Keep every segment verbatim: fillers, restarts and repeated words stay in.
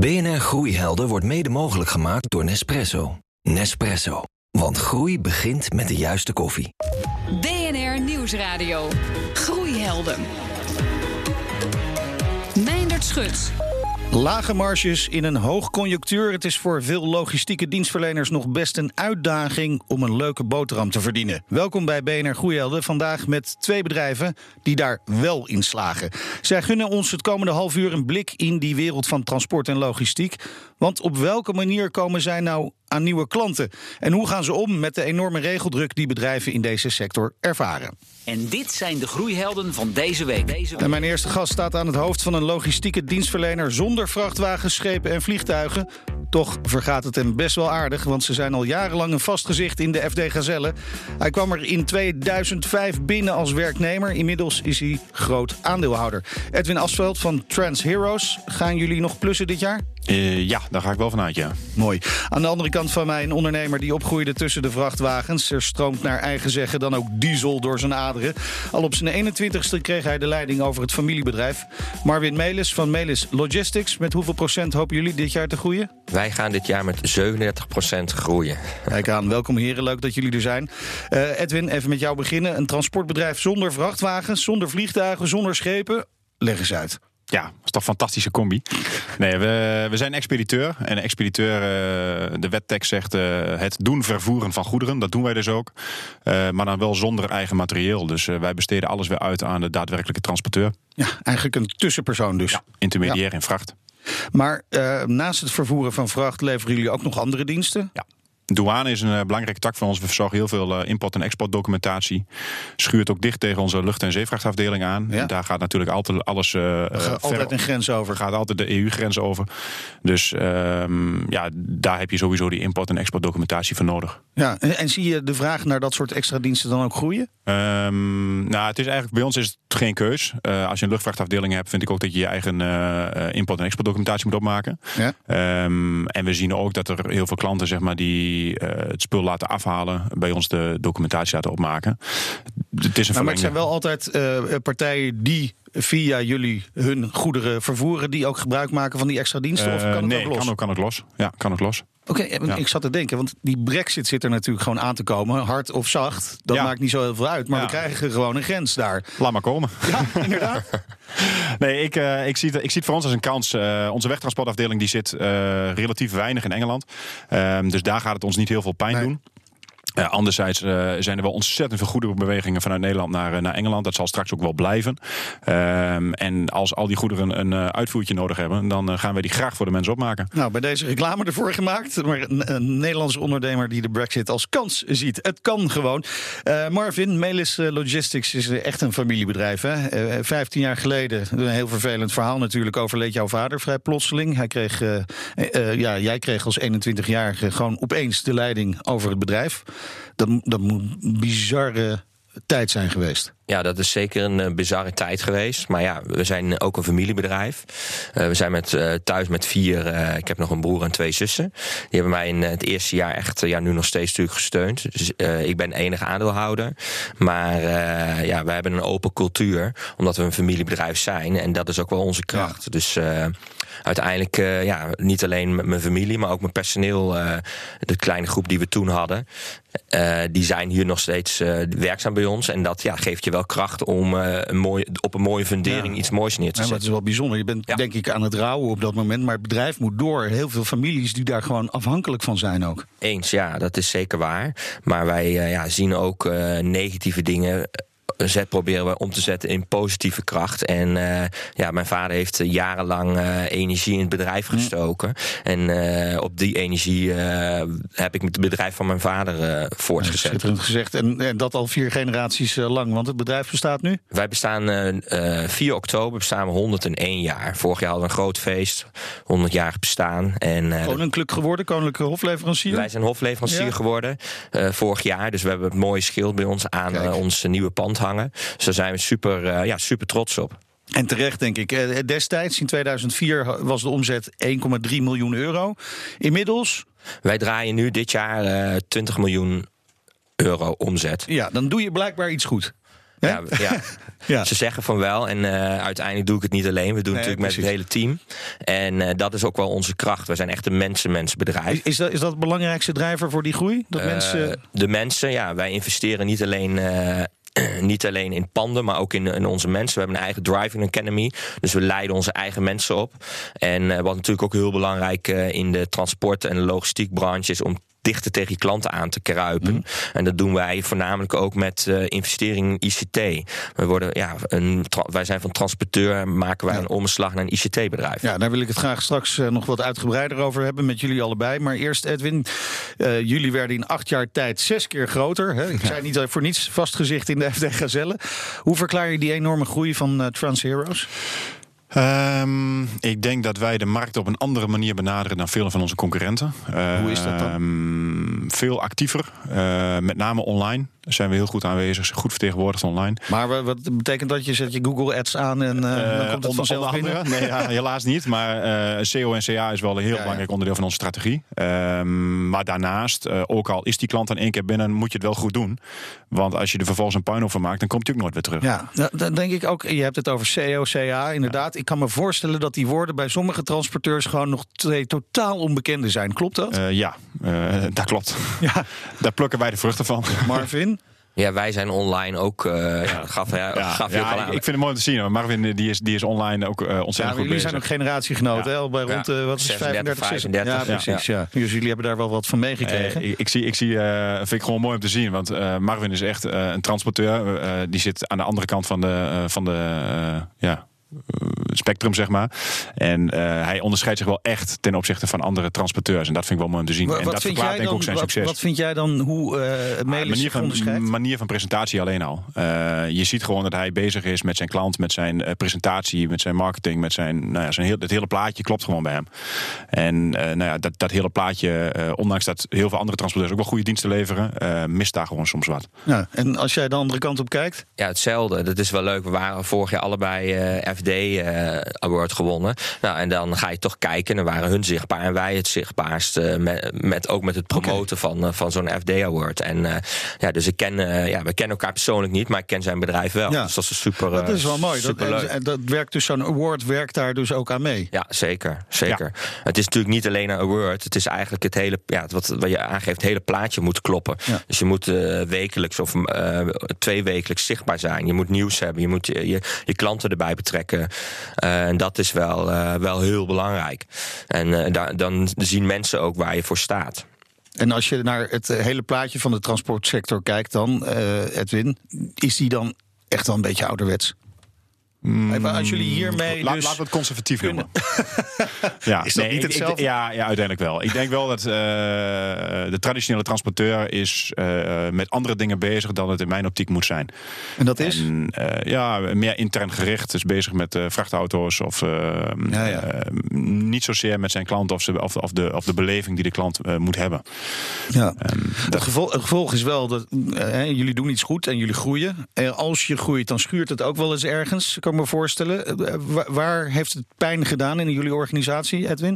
B N R Groeihelden wordt mede mogelijk gemaakt door Nespresso. Nespresso. Want groei begint met de juiste koffie. B N R Nieuwsradio. Groeihelden. Meindert Schut. Lage marges in een hoogconjunctuur. Het is voor veel logistieke dienstverleners nog best een uitdaging om een leuke boterham te verdienen. Welkom bij B N R Groeihelden. Vandaag met twee bedrijven die daar wel in slagen. Zij gunnen ons het komende half uur een blik in die wereld van transport en logistiek. Want op welke manier komen zij nou aan nieuwe klanten? En hoe gaan ze om met de enorme regeldruk die bedrijven in deze sector ervaren? En dit zijn de groeihelden van deze week. Deze week. En mijn eerste gast staat aan het hoofd van een logistieke dienstverlener zonder vrachtwagens, schepen en vliegtuigen. Toch vergaat het hem best wel aardig, want ze zijn al jarenlang een vast gezicht in de F D Gazelle. Hij kwam er in tweeduizend vijf binnen als werknemer. Inmiddels is hij groot aandeelhouder. Edwin Asveld van Trans Heroes. Gaan jullie nog plussen dit jaar? Uh, ja, daar ga ik wel vanuit, ja. Mooi. Aan de andere kant van mij een ondernemer die opgroeide tussen de vrachtwagens. Er stroomt naar eigen zeggen dan ook diesel door zijn aderen. Al op zijn eenentwintigste kreeg hij de leiding over het familiebedrijf. Marwin Melis van Melis Logistics. Met hoeveel procent hopen jullie dit jaar te groeien? Wij gaan dit jaar met zevenendertig procent groeien. Kijk aan, welkom heren, leuk dat jullie er zijn. Uh, Edwin, even met jou beginnen. Een transportbedrijf zonder vrachtwagens, zonder vliegtuigen, zonder schepen. Leg eens uit. Ja, dat is toch een fantastische combi. Nee, we, we zijn expediteur. En een expediteur, uh, de wettekst zegt uh, het doen vervoeren van goederen. Dat doen wij dus ook. Uh, maar dan wel zonder eigen materieel. Dus uh, wij besteden alles weer uit aan de daadwerkelijke transporteur. Ja, eigenlijk een tussenpersoon dus. Ja, intermediair ja. in vracht. Maar uh, naast het vervoeren van vracht leveren jullie ook nog andere diensten? Ja. Douane is een uh, belangrijke tak van ons. We verzorgen heel veel uh, import- en exportdocumentatie. Schuurt ook dicht tegen onze lucht- en zeevrachtafdeling aan. Ja. Daar gaat natuurlijk altijd alles... Uh, gaat altijd een grens over. Gaat altijd de E U-grens over. Dus um, ja, daar heb je sowieso die import- en exportdocumentatie voor nodig. Ja, en, en zie je de vraag naar dat soort extra diensten dan ook groeien? Um, nou, het is eigenlijk bij ons is het geen keus. Uh, als je een luchtvaartafdeling hebt, vind ik ook dat je je eigen uh, import- en exportdocumentatie moet opmaken. Ja. Um, en we zien ook dat er heel veel klanten, zeg maar, die Uh, het spul laten afhalen, bij ons de documentatie laten opmaken. Het is een maar, maar het zijn wel altijd uh, partijen die via jullie hun goederen vervoeren, die ook gebruik maken van die extra diensten? Uh, of kan het nee, ook los? kan ook, kan ook los. Ja, kan ook los. Oké, okay, ja. Ik zat te denken, want die Brexit zit er natuurlijk gewoon aan te komen. Hard of zacht, dat ja. maakt niet zo heel veel uit. Maar ja. we krijgen gewoon een grens daar. Laat maar komen. Ja, inderdaad. Nee, ik, uh, ik, zie het, ik zie het voor ons als een kans. Uh, onze wegtransportafdeling die zit uh, relatief weinig in Engeland. Uh, dus daar gaat het ons niet heel veel pijn nee. doen. Uh, anderzijds uh, zijn er wel ontzettend veel goederenbewegingen vanuit Nederland naar, uh, naar Engeland. Dat zal straks ook wel blijven. Uh, en als al die goederen een uh, uitvoertje nodig hebben, dan uh, gaan wij die graag voor de mensen opmaken. Nou, bij deze reclame ervoor gemaakt. Maar een, een Nederlandse ondernemer die de Brexit als kans ziet. Het kan gewoon. Uh, Marvin, Melis Logistics is echt een familiebedrijf. Hè? Uh, vijftien jaar geleden, een heel vervelend verhaal natuurlijk, overleed jouw vader vrij plotseling. Hij kreeg, uh, uh, ja, jij kreeg als eenentwintigjarige gewoon opeens de leiding over het bedrijf. Dat, dat moet een bizarre tijd zijn geweest. Ja, dat is zeker een uh, bizarre tijd geweest. Maar ja, we zijn ook een familiebedrijf. Uh, we zijn met, uh, thuis met vier... Uh, ik heb nog een broer en twee zussen. Die hebben mij in uh, het eerste jaar echt... Uh, ja, nu nog steeds natuurlijk gesteund. Dus uh, ik ben enige aandeelhouder. Maar uh, ja, we hebben een open cultuur. Omdat we een familiebedrijf zijn. En dat is ook wel onze kracht. Ja. Dus uh, uiteindelijk uh, ja, niet alleen met mijn familie... maar ook mijn personeel, uh, de kleine groep die we toen hadden... Uh, die zijn hier nog steeds uh, werkzaam bij ons. En dat ja, geeft je wel kracht om uh, een mooie, op een mooie fundering ja. iets moois neer te zetten. Ja, dat is wel bijzonder. Je bent ja. denk ik aan het rouwen op dat moment. Maar het bedrijf moet door. Heel veel families die daar gewoon afhankelijk van zijn ook. Eens, ja, dat is zeker waar. Maar wij uh, ja, zien ook uh, negatieve dingen... Zet proberen we om te zetten in positieve kracht. En uh, ja, mijn vader heeft jarenlang uh, energie in het bedrijf gestoken. Mm. En uh, op die energie uh, heb ik met het bedrijf van mijn vader uh, voortgezet. Ja, schitterend gezegd. En, en dat al vier generaties uh, lang. Want het bedrijf bestaat nu? Wij bestaan uh, uh, vier oktober bestaan we honderdéén jaar. Vorig jaar hadden we een groot feest. honderdjarig bestaan. En, uh, Koninklijk geworden? Koninklijke hofleverancier? Wij zijn hofleverancier ja. geworden uh, vorig jaar. Dus we hebben het mooie schild bij ons aan uh, ons nieuwe pand hangen. Dus daar zijn we super, uh, ja, super trots op. En terecht, denk ik. Destijds, in tweeduizend vier, was de omzet één komma drie miljoen euro. Inmiddels? Wij draaien nu dit jaar uh, twintig miljoen euro omzet. Ja, dan doe je blijkbaar iets goed. Ja, ja. Ja. Ze zeggen van wel. En uh, uiteindelijk doe ik het niet alleen. We doen Nee, het natuurlijk precies. met het hele team. En uh, dat is ook wel onze kracht. We zijn echt een mensen-mensen-bedrijf. Is, is, dat, is dat de belangrijkste drijver voor die groei? Dat Uh, mensen... De mensen, ja. Wij investeren niet alleen... Uh, Niet alleen in panden, maar ook in, in onze mensen. We hebben een eigen driving academy. Dus we leiden onze eigen mensen op. En uh, wat natuurlijk ook heel belangrijk uh, in de transport- en de logistiekbranche is om dichter tegen je klanten aan te kruipen. Mm. En dat doen wij voornamelijk ook met uh, investering in I C T. We worden, ja, een tra- wij zijn van transporteur, maken wij ja. een omslag naar een I C T-bedrijf. Ja, daar wil ik het graag straks uh, nog wat uitgebreider over hebben met jullie allebei. Maar eerst, Edwin, uh, jullie werden in acht jaar tijd zes keer groter. Hè? Ik ja. zei niet voor niets vastgezicht in de F D Gazelle. Hoe verklaar je die enorme groei van uh, Transheroes? Um, ik denk dat wij de markt op een andere manier benaderen dan veel van onze concurrenten. Uh, Hoe is dat dan? Um, veel actiever, uh, met name online. Daar zijn we heel goed aanwezig, goed vertegenwoordigd online. Maar wat betekent dat? Je zet je Google Ads aan en uh, uh, dan komt het vanzelf binnen? Nee, ja, helaas niet. Maar uh, C O en C A is wel een heel ja, belangrijk ja. onderdeel van onze strategie. Um, maar daarnaast, uh, ook al is die klant dan één keer binnen, moet je het wel goed doen. Want als je er vervolgens een puinhoop van maakt, dan komt hij ook nooit weer terug. Ja, dan denk ik ook, je hebt het over C O, C A, inderdaad. Ja. Ik kan me voorstellen dat die woorden bij sommige transporteurs gewoon nog twee totaal onbekende zijn. Klopt dat? Uh, ja, uh, dat klopt. Ja. Daar plukken wij de vruchten van. Marvin? Ja, wij zijn online ook. Uh, ja, gaf, ja, ja, gaf ja, je ook al aan. Ik, ik vind het mooi om te zien. Marvin die is, die is online ook uh, ontzettend ja, goed jullie bezig. zijn ook generatiegenoten, ja. hè? Bij rond ja. uh, wat is vijfendertig, vijfendertig. Ja, precies. Ja. Ja. Dus jullie hebben daar wel wat van meegekregen. Uh, ik, ik zie, ik zie uh, vind ik gewoon mooi om te zien. Want uh, Marvin is echt uh, een transporteur. Uh, die zit aan de andere kant van de, uh, van de uh, ja. spectrum, zeg maar. En uh, hij onderscheidt zich wel echt ten opzichte van andere transporteurs. En dat vind ik wel mooi om te zien. Wat en dat verklaart denk ik ook zijn wat, succes. Wat vind jij dan hoe uh, Melis zich onderscheidt? Manier van presentatie alleen al. Uh, je ziet gewoon dat hij bezig is met zijn klant, met zijn uh, presentatie, met zijn marketing, met zijn, nou ja, zijn heel, het hele plaatje klopt gewoon bij hem. En uh, nou ja, dat, dat hele plaatje, uh, ondanks dat heel veel andere transporteurs ook wel goede diensten leveren, uh, mist daar gewoon soms wat. Ja, en als jij de andere kant op kijkt? Ja, hetzelfde. Dat is wel leuk. We waren vorig jaar allebei uh, F D uh, Award gewonnen. Nou, en dan ga je toch kijken. Dan waren hun zichtbaar en wij het zichtbaarst. Uh, met, met, ook met het promoten okay. van, uh, van zo'n F D Award. En uh, ja, dus ik ken, uh, ja, we kennen elkaar persoonlijk niet, maar ik ken zijn bedrijf wel. Ja. Dus dat is super uh, Dat is wel mooi. Dat, en dat werkt dus, zo'n award werkt daar dus ook aan mee. Ja, zeker. zeker. Ja. Het is natuurlijk niet alleen een award. Het is eigenlijk het hele, ja, wat, wat je aangeeft, het hele plaatje moet kloppen. Ja. Dus je moet uh, wekelijks of uh, twee wekelijks zichtbaar zijn. Je moet nieuws hebben. Je moet je, je, je klanten erbij betrekken. Uh, en dat is wel, uh, wel heel belangrijk. En uh, da- dan zien mensen ook waar je voor staat. En als je naar het hele plaatje van de transportsector kijkt dan, uh, Edwin, is die dan echt wel een beetje ouderwets? Mm, als jullie hiermee La, dus laten we het conservatief kunnen. noemen. Ja, is dat nee, niet ik, hetzelfde? Ik, ja, ja, uiteindelijk wel. Ik denk wel dat uh, de traditionele transporteur is uh, met andere dingen bezig dan het in mijn optiek moet zijn. En dat is? En, uh, ja, meer intern gericht. Dus bezig met uh, vrachtauto's of uh, ja, ja. Uh, niet zozeer met zijn klant of, ze, of, of, de, of de beleving die de klant uh, moet hebben. Ja. Um, het, gevolg, het gevolg is wel dat uh, jullie doen iets goed en jullie groeien. En als je groeit, dan schuurt het ook wel eens ergens. Kan ik me voorstellen. Waar, waar heeft het pijn gedaan in jullie organisatie, Edwin?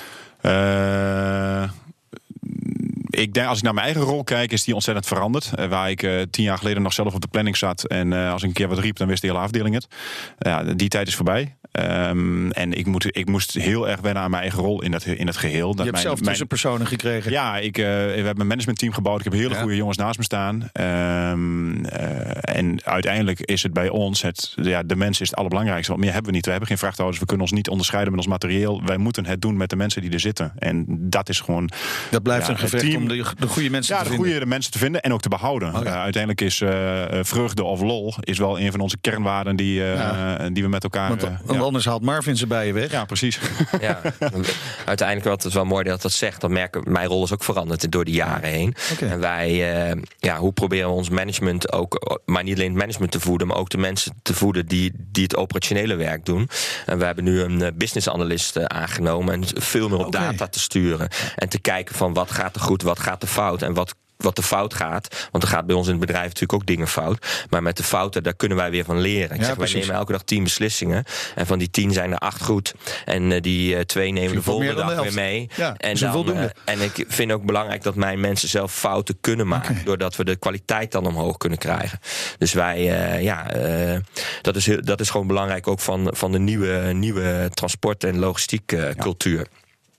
Uh, ik denk, als ik naar mijn eigen rol kijk, is die ontzettend veranderd. Uh, waar ik uh, tien jaar geleden nog zelf op de planning zat. En uh, als ik een keer wat riep, dan wist de hele afdeling het. Ja, die tijd is voorbij. Um, en ik, moet, ik moest heel erg wennen aan mijn eigen rol in, dat, in het geheel. Dat je hebt mijn, zelf tussenpersonen mijn, gekregen. Ja, ik, uh, we hebben een managementteam gebouwd. Ik heb hele ja. goede jongens naast me staan. Um, uh, en uiteindelijk is het bij ons, het, ja, de mens is het allerbelangrijkste. Want meer hebben we niet. We hebben geen vrachtauto's. We kunnen ons niet onderscheiden met ons materieel. Wij moeten het doen met de mensen die er zitten. En dat is gewoon... Dat blijft ja, een gevecht team, om de, de goede mensen ja, te de vinden. goede mensen te vinden en ook te behouden. Oh, ja. uh, uiteindelijk is uh, vreugde of lol is wel een van onze kernwaarden die, uh, ja. die we met elkaar... Want, uh, want ja. anders haalt Marvin ze bij je weg. Ja, precies. Ja, uiteindelijk wat het wel mooi dat dat zegt. Dan merken mijn rol is ook veranderd door de jaren heen. Okay. En wij, uh, ja, hoe proberen we ons management ook, maar niet alleen het management te voeden, maar ook de mensen te voeden die, die het operationele werk doen. En we hebben nu een business analyst uh, aangenomen en veel meer op okay. data te sturen en te kijken van wat gaat er goed, wat gaat er fout en wat wat er fout gaat. Want er gaat bij ons in het bedrijf natuurlijk ook dingen fout. Maar met de fouten, daar kunnen wij weer van leren. Ik ja, zeg, wij nemen elke dag tien beslissingen. En van die tien zijn er acht goed. En uh, die uh, twee nemen de volgende dag de weer mee. Ja, en, dan, uh, en ik vind ook belangrijk dat mijn mensen zelf fouten kunnen maken. Okay. Doordat we de kwaliteit dan omhoog kunnen krijgen. Dus wij, uh, ja, uh, dat, is heel, dat is gewoon belangrijk ook van, van de nieuwe, nieuwe transport- en logistiek uh, cultuur. Ja.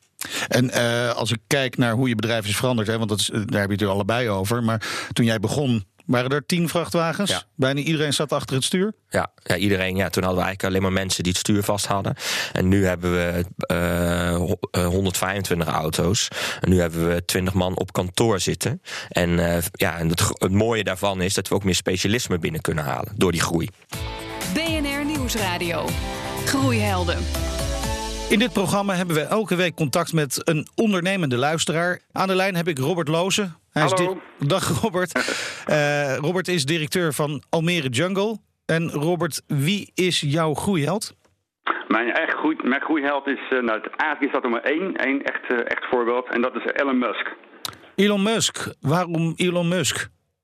En uh, als ik kijk naar hoe je bedrijf is veranderd, hè, want dat is, daar heb je het er allebei over. Maar toen jij begon, waren er tien vrachtwagens? Ja. Bijna iedereen zat achter het stuur? Ja, ja, iedereen. Ja, toen hadden we eigenlijk alleen maar mensen die het stuur vast hadden. En nu hebben we uh, honderdvijfentwintig auto's. En nu hebben we twintig man op kantoor zitten. En, uh, ja, en het, het mooie daarvan is dat we ook meer specialisme binnen kunnen halen door die groei. B N R Nieuwsradio. Groeihelden. In dit programma hebben we elke week contact met een ondernemende luisteraar. Aan de lijn heb ik Robert Lozen. Hij Hallo. Is di- Dag Robert. uh, Robert is directeur van Almere Jungle. En Robert, wie is jouw groeiheld? Mijn, echt groei, mijn groeiheld is, uh, nou, eigenlijk is dat er maar één, één echt, uh, echt voorbeeld. En dat is Elon Musk. Elon Musk. Waarom Elon Musk?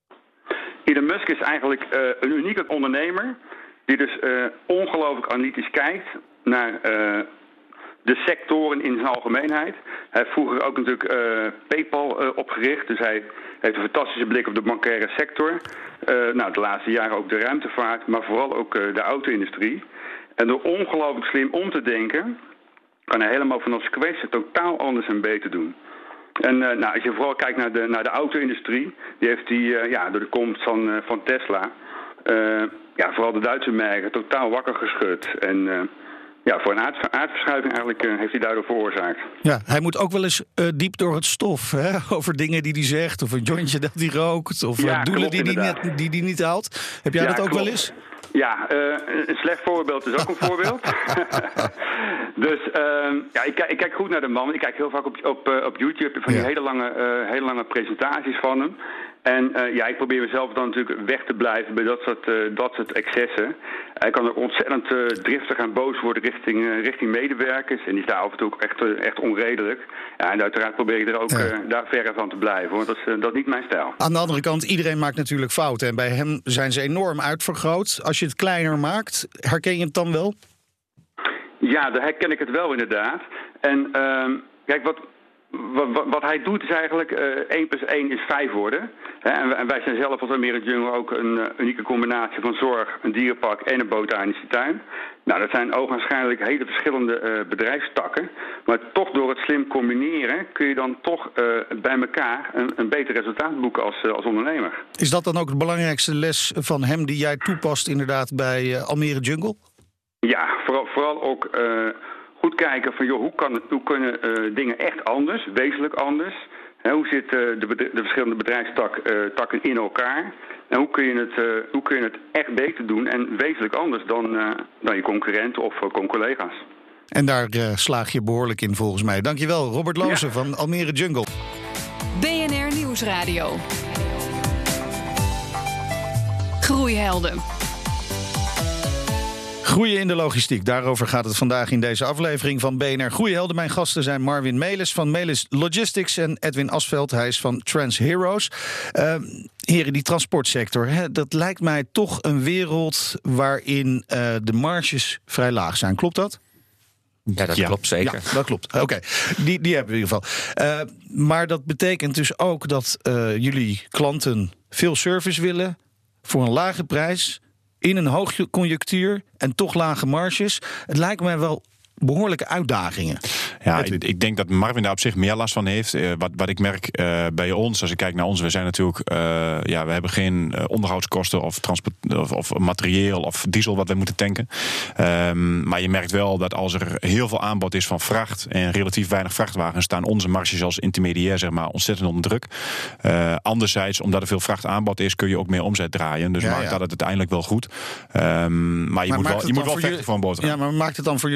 Elon Musk is eigenlijk uh, een unieke ondernemer. Die dus uh, ongelooflijk analytisch kijkt naar Uh, de sectoren in zijn algemeenheid. Hij heeft vroeger ook natuurlijk uh, PayPal uh, opgericht. Dus hij heeft een fantastische blik op de bankaire sector. Uh, nou, de laatste jaren ook de ruimtevaart, maar vooral ook uh, de auto-industrie. En door ongelooflijk slim om te denken, kan hij helemaal vanaf scratch totaal anders en beter doen. En uh, nou, als je vooral kijkt naar de, naar de auto-industrie, die heeft die, uh, ja, door de komst van, uh, van Tesla, uh, ja, vooral de Duitse merken, totaal wakker geschud. En uh, ja, voor een aard, aardverschuiving eigenlijk uh, heeft hij daardoor veroorzaakt. Ja, hij moet ook wel eens uh, diep door het stof, hè? Over dingen die hij zegt, of een jointje dat hij rookt, of ja, doelen klopt, die hij niet, die die niet haalt. Heb jij ja, dat ook klopt. wel eens? Ja, uh, een slecht voorbeeld is ook een voorbeeld. Dus uh, ja, ik, ik kijk goed naar de man. Ik kijk heel vaak op, op, uh, op YouTube van die ja. hele, lange, uh, hele lange presentaties van hem. En uh, ja, ik probeer mezelf dan natuurlijk weg te blijven bij dat soort, uh, dat soort excessen. Hij kan ook ontzettend uh, driftig en boos worden richting, uh, richting medewerkers. En die is daar af en toe ook echt, uh, echt onredelijk. Ja, en uiteraard probeer ik er ook ja. uh, daar verre van te blijven. Want dat is, uh, dat is niet mijn stijl. Aan de andere kant, iedereen maakt natuurlijk fouten. En bij hem zijn ze enorm uitvergroot. Als je het kleiner maakt, herken je het dan wel? Ja, daar herken ik het wel inderdaad. En uh, kijk, wat... Wat, wat hij doet is eigenlijk uh, één plus één is vijf worden. He, en wij zijn zelf als Almere Jungle ook een uh, unieke combinatie van zorg, een dierenpark en een botanische tuin. Nou, dat zijn ogenschijnlijk hele verschillende uh, bedrijfstakken. Maar toch door het slim combineren kun je dan toch uh, bij elkaar een, een beter resultaat boeken als, uh, als ondernemer. Is dat dan ook de belangrijkste les van hem die jij toepast inderdaad bij uh, Almere Jungle? Ja, vooral, vooral ook Uh, goed kijken van, joh, hoe, kan het, hoe kunnen uh, dingen echt anders, wezenlijk anders? He, hoe zitten uh, de, bedrijf, de verschillende bedrijfstakken uh, in elkaar? En hoe kun, je het, uh, hoe kun je het echt beter doen en wezenlijk anders dan, uh, dan je concurrenten of uh, collega's? En daar uh, slaag je behoorlijk in volgens mij. Dankjewel, Robert Lozen ja. van Almere Jungle. B N R Nieuwsradio. Groeihelden. Groeien in de logistiek, daarover gaat het vandaag in deze aflevering van B N R Groeihelden. Mijn gasten zijn Marwin Melis van Melis Logistics en Edwin Asveld, hij is van TransHeroes. Uh, heren, die transportsector, hè, dat lijkt mij toch een wereld waarin uh, de marges vrij laag zijn. Klopt dat? Ja, dat ja. klopt zeker. Ja, dat klopt. Oké, okay. die, die hebben we in ieder geval. Uh, maar dat betekent dus ook dat uh, jullie klanten veel service willen voor een lage prijs, in een hoogconjunctuur en toch lage marges. Het lijkt mij wel behoorlijke uitdagingen. Ja, ik, ik denk dat Marvin daar op zich meer last van heeft. Uh, wat, wat ik merk uh, bij ons, als ik kijk naar ons, we zijn natuurlijk, uh, ja, we hebben geen uh, onderhoudskosten of, transport, of, of materieel of diesel wat we moeten tanken. Um, maar je merkt wel dat als er heel veel aanbod is van vracht en relatief weinig vrachtwagens, staan onze marges als intermediair, zeg maar, ontzettend onder druk. Uh, anderzijds, omdat er veel vrachtaanbod is, kun je ook meer omzet draaien. Dus ja, maakt ja. dat het uiteindelijk wel goed. Um, maar je maar moet wel, je moet wel vechten voor een boterham. Ja, maar maakt het dan voor jullie niet zo heel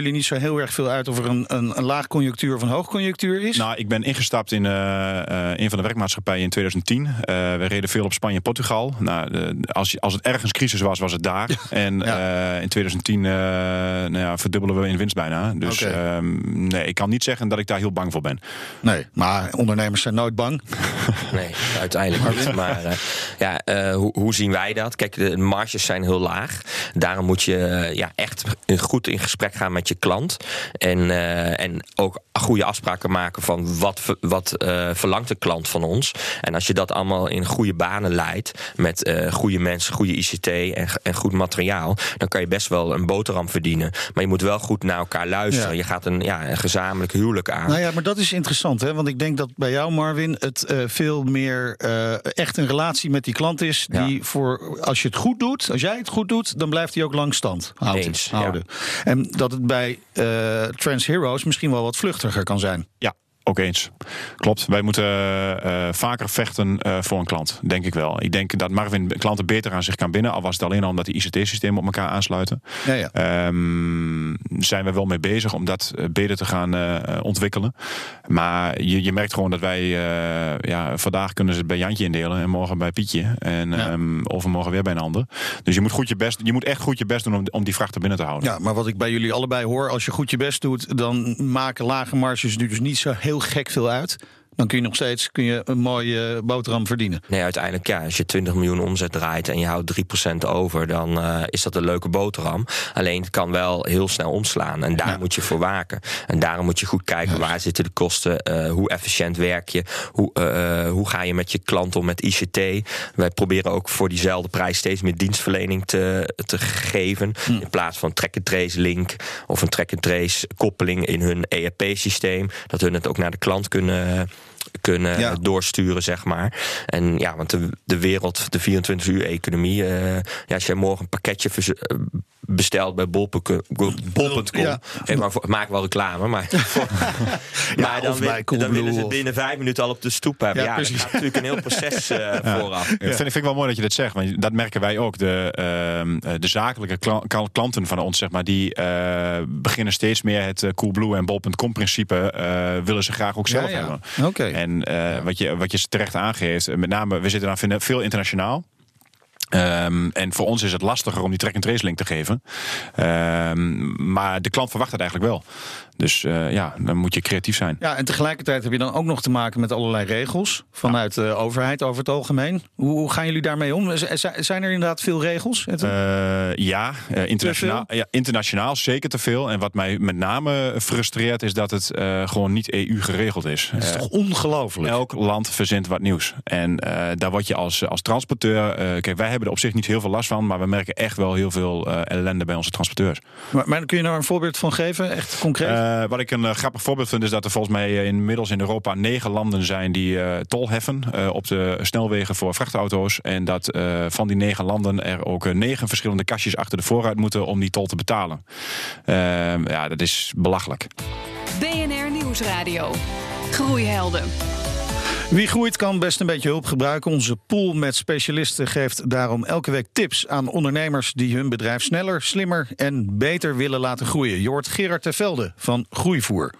heel erg veel uit of er een, een, een laagconjunctuur of een hoogconjunctuur is? Nou, ik ben ingestapt in uh, uh, een van de werkmaatschappijen in twintig tien. Uh, we reden veel op Spanje en Portugal. Nou, de, als, als het ergens crisis was, was het daar. Ja. En ja. uh, in twintig tien uh, nou ja, verdubbelen we in winst bijna. Dus okay. um, nee, ik kan niet zeggen dat ik daar heel bang voor ben. Nee, maar ondernemers zijn nooit bang. Nee, uiteindelijk niet. Maar uh, ja, uh, hoe, hoe zien wij dat? Kijk, de marges zijn heel laag. Daarom moet je uh, ja, echt goed in gesprek gaan met je klant. En, uh, en ook goede afspraken maken van wat, wat uh, verlangt de klant van ons. En als je dat allemaal in goede banen leidt, met uh, goede mensen, goede I C T en, en goed materiaal, dan kan je best wel een boterham verdienen. Maar je moet wel goed naar elkaar luisteren. Ja. Je gaat een, ja, een gezamenlijk huwelijk aan. Nou ja, maar dat is interessant, hè? Want ik denk dat bij jou, Marwin, het uh, veel meer uh, echt een relatie met die klant is. Die ja. voor, als je het goed doet, als jij het goed doet, dan blijft hij ook lang stand houden. Eens, houden. Ja. En dat het bij uh, Trans Heroes misschien wel wat vluchtiger kan zijn. Ja. Ook eens. Klopt. Wij moeten uh, vaker vechten uh, voor een klant, denk ik wel. Ik denk dat Marvin klanten beter aan zich kan binden. Al was het alleen al omdat die I C T-systemen op elkaar aansluiten. Ja, ja. Um, zijn we wel mee bezig om dat beter te gaan uh, ontwikkelen. Maar je, je merkt gewoon dat wij... Uh, ja, vandaag kunnen ze het bij Jantje indelen en morgen bij Pietje. En ja. um, overmorgen weer bij een ander. Dus je moet, goed je, best, je moet echt goed je best doen om, om die vrachten binnen te houden. Ja, maar wat ik bij jullie allebei hoor, als je goed je best doet, dan maken lage marges nu dus niet zo heel gek veel uit. Dan kun je nog steeds kun je een mooie boterham verdienen. Nee, uiteindelijk ja. Als je twintig miljoen omzet draait en je houdt drie procent over, dan uh, is dat een leuke boterham. Alleen het kan wel heel snel omslaan. En daar ja. moet je voor waken. En daarom moet je goed kijken, ja. waar zitten de kosten? Uh, hoe efficiënt werk je? Hoe, uh, hoe ga je met je klant om met I C T? Wij proberen ook voor diezelfde prijs steeds meer dienstverlening te, te geven. Hm. In plaats van track-and-trace link of een track-and-trace koppeling in hun E R P-systeem. Dat hun het ook naar de klant kunnen... kunnen ja. doorsturen, zeg maar. En ja, want de, de wereld, de vierentwintig uur economie... Uh, ja, als jij morgen een pakketje vers, uh, bestelt bij bol punt com... Ja. Hey, maar voor, maak wel reclame, maar... Voor, ja, maar dan, wil, cool dan willen ze het binnen vijf minuten al op de stoep hebben. Ja, ja, dat gaat natuurlijk een heel proces uh, ja. vooraf. Ja. Vind, vind ik wel mooi dat je dat zegt, want dat merken wij ook. De, uh, de zakelijke kla- klanten van ons, zeg maar, die uh, beginnen steeds meer het uh, Coolblue en bol punt com principe uh, willen ze graag ook zelf ja, ja. hebben. Oké. Okay. En uh, ja. wat, je, wat je terecht aangeeft, met name, we zitten dan veel internationaal. Um, en voor ons is het lastiger om die track-and-trace link te geven. Um, maar de klant verwacht het eigenlijk wel. Dus uh, ja, dan moet je creatief zijn. Ja, en tegelijkertijd heb je dan ook nog te maken met allerlei regels vanuit de overheid over het algemeen. Hoe, hoe gaan jullie daarmee om? Z- zijn er inderdaad veel regels? Uh, ja, uh, internationaal, ja, internationaal zeker te veel. En wat mij met name frustreert is dat het uh, gewoon niet E U geregeld is. Dat is toch ongelooflijk? Uh, elk land verzint wat nieuws. En uh, daar word je als, als transporteur... Uh, kijk, wij hebben er op zich niet heel veel last van, maar we merken echt wel heel veel uh, ellende bij onze transporteurs. Maar, maar kun je daar een voorbeeld van geven? Echt concreet? Uh, wat ik een uh, grappig voorbeeld vind is dat er volgens mij uh, inmiddels in Europa negen landen zijn die uh, tol heffen uh, op de snelwegen voor vrachtauto's. En dat uh, van die negen landen er ook uh, negen verschillende kastjes achter de voorruit moeten om die tol te betalen. Uh, ja, dat is belachelijk. B N R Nieuwsradio. Groeihelden. Wie groeit kan best een beetje hulp gebruiken. Onze pool met specialisten geeft daarom elke week tips aan ondernemers die hun bedrijf sneller, slimmer en beter willen laten groeien. Je hoort Gerard Tervelde van Groeivoer.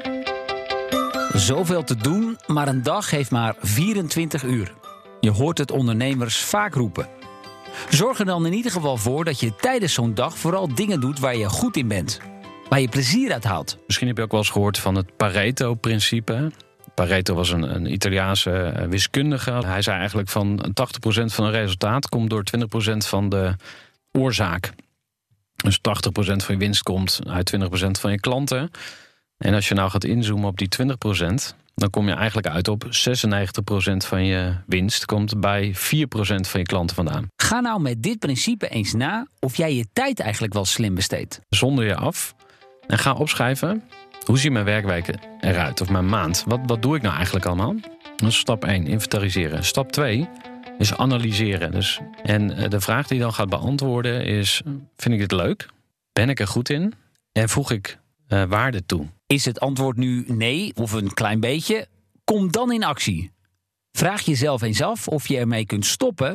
Zoveel te doen, maar een dag heeft maar vierentwintig uur. Je hoort het ondernemers vaak roepen. Zorg er dan in ieder geval voor dat je tijdens zo'n dag vooral dingen doet waar je goed in bent. Waar je plezier uit haalt. Misschien heb je ook wel eens gehoord van het Pareto-principe. Pareto was een, een Italiaanse wiskundige. Hij zei eigenlijk van tachtig procent van een resultaat komt door twintig procent van de oorzaak. Dus tachtig procent van je winst komt uit twintig procent van je klanten. En als je nou gaat inzoomen op die twintig procent... dan kom je eigenlijk uit op zesennegentig procent van je winst komt bij vier procent van je klanten vandaan. Ga nou met dit principe eens na of jij je tijd eigenlijk wel slim besteedt. Zonder je af en ga opschrijven... hoe ziet mijn werkweek eruit of mijn maand? Wat, wat doe ik nou eigenlijk allemaal? Dat is stap één, inventariseren. Stap twee is analyseren. Dus, en de vraag die je dan gaat beantwoorden is... vind ik dit leuk? Ben ik er goed in? En voeg ik uh, waarde toe? Is het antwoord nu nee of een klein beetje? Kom dan in actie. Vraag jezelf eens af of je ermee kunt stoppen...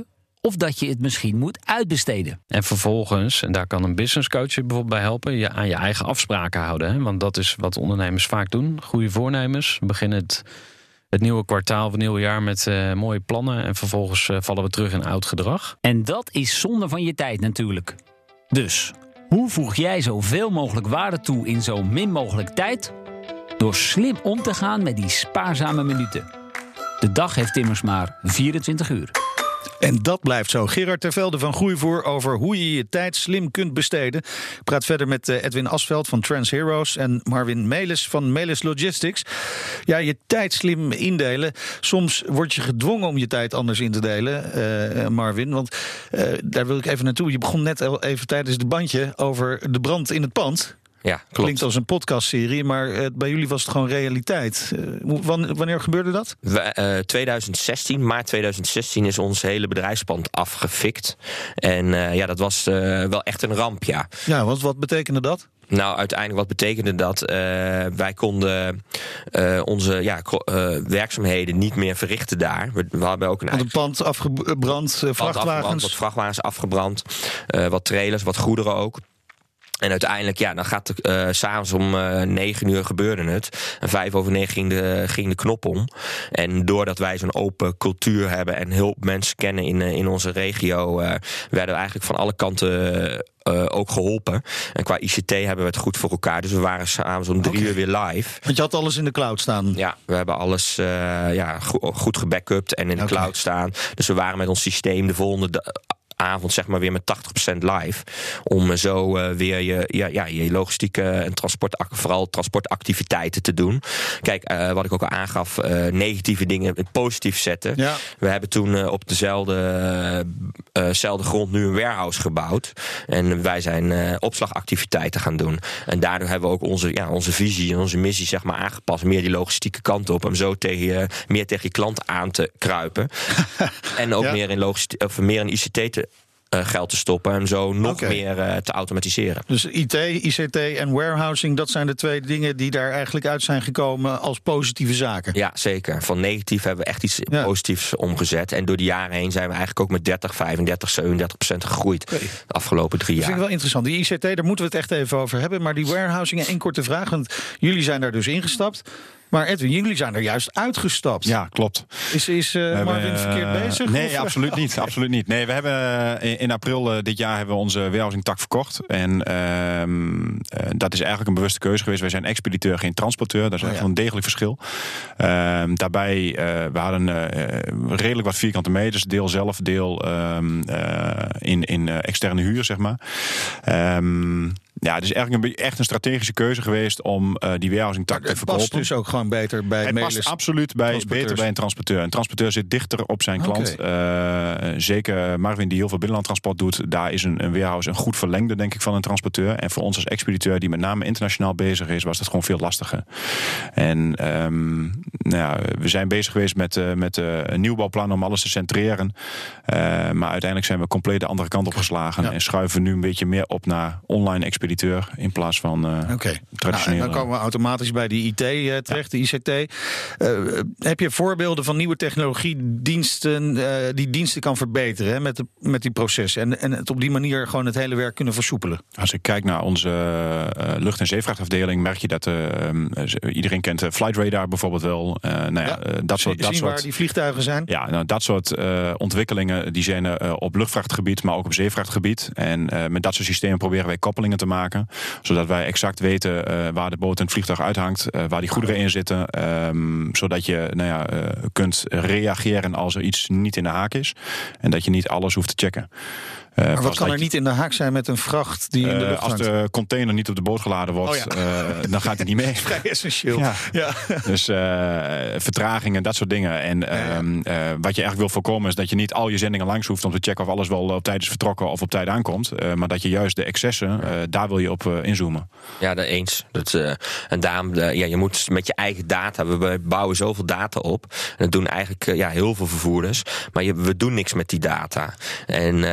of dat je het misschien moet uitbesteden. En vervolgens, en daar kan een business coach je bijvoorbeeld bij helpen, je aan je eigen afspraken houden. Hè? Want dat is wat ondernemers vaak doen. Goede voornemens, beginnen het, het nieuwe kwartaal of het nieuwe jaar met uh, mooie plannen en vervolgens uh, vallen we terug in oud gedrag. En dat is zonde van je tijd natuurlijk. Dus, hoe voeg jij zoveel mogelijk waarde toe in zo min mogelijk tijd? Door slim om te gaan met die spaarzame minuten. De dag heeft immers maar vierentwintig uur. En dat blijft zo. Gerard Tervelde van Groeivoer over hoe je je tijd slim kunt besteden. Ik praat verder met Edwin Asveld van Trans Heroes en Marwin Melis van Melis Logistics. Ja, je tijd slim indelen. Soms word je gedwongen om je tijd anders in te delen, uh, Marwin. Want uh, daar wil ik even naartoe. Je begon net al even tijdens de bandje over de brand in het pand. Ja, klopt. Klinkt als een podcastserie, maar uh, bij jullie was het gewoon realiteit. Uh, wanneer gebeurde dat? We, uh, twintig zestien, maart twintig zestien is ons hele bedrijfspand afgefikt. En uh, ja, dat was uh, wel echt een ramp, ja. Ja, want wat betekende dat? Nou, uiteindelijk wat betekende dat? Uh, wij konden uh, onze ja, uh, werkzaamheden niet meer verrichten daar. We, we hebben ook een eigen... een pand afgebrand, uh, vrachtwagens. Afgebrand, wat vrachtwagens afgebrand, uh, wat trailers, wat goederen ook. En uiteindelijk, ja, dan gaat het uh, 's avonds om uh, negen uur gebeurde het. En vijf over negen ging de, ging de knop om. En doordat wij zo'n open cultuur hebben en heel veel mensen kennen in, uh, in onze regio, uh, werden we eigenlijk van alle kanten uh, ook geholpen. En qua I C T hebben we het goed voor elkaar. Dus we waren s'avonds om drie okay. uur weer live. Want je had alles in de cloud staan? Ja, we hebben alles uh, ja, go- goed gebackupt en in de okay. cloud staan. Dus we waren met ons systeem de volgende dag avond zeg maar weer met tachtig procent live. Om zo uh, weer je, ja, ja, je logistieke en transport, vooral transportactiviteiten te doen. Kijk, uh, wat ik ook al aangaf, uh, negatieve dingen positief zetten. Ja. We hebben toen uh, op dezelfde uh, uh, grond nu een warehouse gebouwd. En wij zijn uh, opslagactiviteiten gaan doen. En daardoor hebben we ook onze, ja, onze visie en onze missie zeg maar aangepast. Meer die logistieke kant op. Om zo tegen je, meer tegen je klant aan te kruipen. En ook ja. meer in logistiek, of meer in I C T te Uh, geld te stoppen en zo nog okay. meer uh, te automatiseren. Dus I T, I C T en warehousing, dat zijn de twee dingen die daar eigenlijk uit zijn gekomen als positieve zaken. Ja, zeker. Van negatief hebben we echt iets ja. positiefs omgezet. En door de jaren heen zijn we eigenlijk ook met dertig, vijfendertig, zevenendertig procent gegroeid okay. de afgelopen drie jaar. Dat vind ik wel interessant. Die I C T, daar moeten we het echt even over hebben. Maar die warehousing, één korte vraag, want jullie zijn daar dus ingestapt. Maar Edwin, jullie zijn er juist uitgestapt. Ja, klopt. Is, is uh, Marwin verkeerd bezig? Nee, of? absoluut niet. Absoluut niet. Nee, we hebben in, in april uh, dit jaar hebben we onze warehousing tak verkocht. En uh, uh, dat is eigenlijk een bewuste keuze geweest. Wij zijn expediteur, geen transporteur. Dat is oh, echt ja. een degelijk verschil. Uh, daarbij, uh, we hadden uh, redelijk wat vierkante meters. Deel zelf, deel uh, uh, in, in uh, externe huur, zeg maar. Um, Ja, het is eigenlijk een, echt een strategische keuze geweest om uh, die warehousing tak te verkopen. Het past dus ook gewoon beter bij Het past absoluut bij, beter bij een transporteur. Een transporteur zit dichter op zijn klant. Okay. Uh, zeker Marvin, die heel veel binnenlandtransport doet, daar is een, een warehouse een goed verlengde, denk ik, van een transporteur. En voor ons als expediteur, die met name internationaal bezig is, was dat gewoon veel lastiger. En um, nou ja, we zijn bezig geweest met, uh, met uh, een nieuwbouwplan om alles te centreren. Uh, maar uiteindelijk zijn we compleet de andere kant opgeslagen. Ja. En schuiven we nu een beetje meer op naar online expediteur in plaats van uh, okay. traditioneel. Nou, dan komen we automatisch bij die I T uh, terecht, ja. de I C T. Uh, heb je voorbeelden van nieuwe technologiediensten uh, die diensten kan verbeteren hè, met, de, met die processen en, en het op die manier gewoon het hele werk kunnen versoepelen? Als ik kijk naar onze uh, lucht- en zeevrachtafdeling, merk je dat uh, uh, iedereen kent uh, Flight Radar bijvoorbeeld wel. Uh, nou ja, ja, uh, dat soort, zien dat soort, waar die vliegtuigen zijn? Ja, nou, dat soort uh, ontwikkelingen die zijn uh, op luchtvrachtgebied, maar ook op zeevrachtgebied. En uh, met dat soort systemen proberen wij koppelingen te maken, zodat wij exact weten uh, waar de boot en het vliegtuig uithangt, uh, waar die goederen in zitten, um, zodat je nou ja, uh, kunt reageren als er iets niet in de haak is en dat je niet alles hoeft te checken. Uh, maar wat kan er je, niet in de haak zijn met een vracht die in de lucht uh, Als de container niet op de boot geladen wordt, oh ja. uh, dan gaat het niet mee. Vrij essentieel. Ja. Ja. Dus uh, vertragingen, dat soort dingen. En uh, uh, wat je eigenlijk wil voorkomen is dat je niet al je zendingen langs hoeft om te checken of alles wel op tijd is vertrokken of op tijd aankomt. Uh, maar dat je juist de excessen, uh, daar wil je op uh, inzoomen. Ja, dat eens. Dat, uh, en daarom, uh, ja, je moet met je eigen data, we bouwen zoveel data op. En dat doen eigenlijk uh, ja, heel veel vervoerders. Maar je, we doen niks met die data. En uh, ja, daar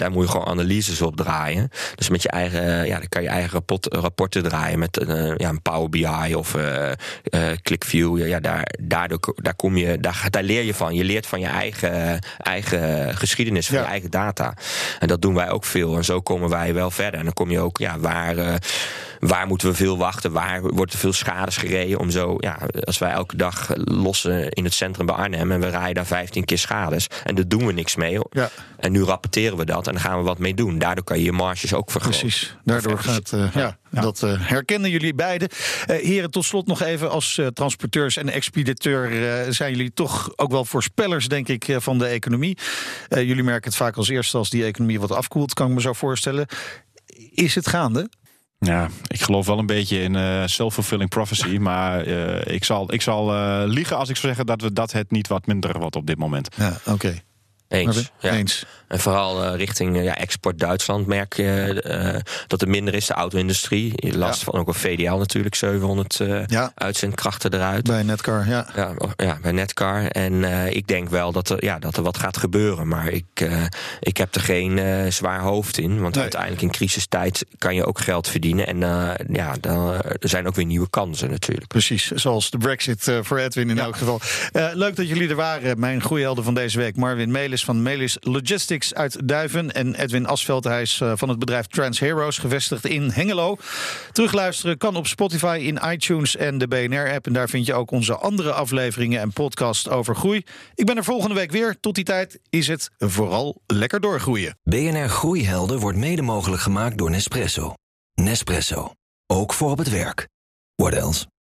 daar moet je gewoon analyses op draaien. Dus met je eigen, ja, dan kan je eigen rapport, rapporten draaien met uh, ja, een Power B I of uh, uh, ClickView. Ja, daar, daardoor, daar, kom je, daar, daar leer je van. Je leert van je eigen, eigen geschiedenis, van ja. je eigen data. En dat doen wij ook veel. En zo komen wij wel verder. En dan kom je ook, ja, waar, uh, waar moeten we veel wachten? Waar wordt er veel schades gereden? Om zo, ja, als wij elke dag lossen in het centrum bij Arnhem en we rijden daar vijftien keer schades. En daar doen we niks mee. Ja. En nu rapporteren we dat en dan gaan we wat mee doen. Daardoor kan je je marges ook vergroten. Precies. Daardoor gaat, uh, ja, ja. dat uh, herkennen jullie beiden. Uh, heren, tot slot nog even als uh, transporteurs en expediteur uh, zijn jullie toch ook wel voorspellers, denk ik, uh, van de economie. Uh, jullie merken het vaak als eerste als die economie wat afkoelt, kan ik me zo voorstellen. Is het gaande? Ja, ik geloof wel een beetje in uh, self-fulfilling prophecy. Maar uh, ik zal, ik zal uh, liegen als ik zou zeggen dat, we, dat het niet wat minder wordt op dit moment. Ja, oké. Okay. Eens, ja. Eens. En vooral uh, richting uh, ja, export Duitsland merk je uh, dat er minder is. De auto-industrie. Last ja. van ook een V D L natuurlijk. zevenhonderd uh, ja. uitzendkrachten eruit. Bij Netcar, ja. Ja, ja bij Netcar. En uh, ik denk wel dat er, ja, dat er wat gaat gebeuren. Maar ik, uh, ik heb er geen uh, zwaar hoofd in. Want nee. uiteindelijk in crisistijd kan je ook geld verdienen. En uh, ja, dan, uh, er zijn ook weer nieuwe kansen natuurlijk. Precies, zoals de Brexit uh, voor Edwin in ja. elk geval. Uh, leuk dat jullie er waren. Mijn groeihelden van deze week. Marwin Melis van Melis Logistics uit Duiven en Edwin Asveld. Hij is uh, van het bedrijf TransHeroes, gevestigd in Hengelo. Terugluisteren kan op Spotify, in iTunes en de B N R-app. En daar vind je ook onze andere afleveringen en podcast over groei. Ik ben er volgende week weer. Tot die tijd is het vooral lekker doorgroeien. B N R Groeihelden wordt mede mogelijk gemaakt door Nespresso. Nespresso. Ook voor op het werk. What else?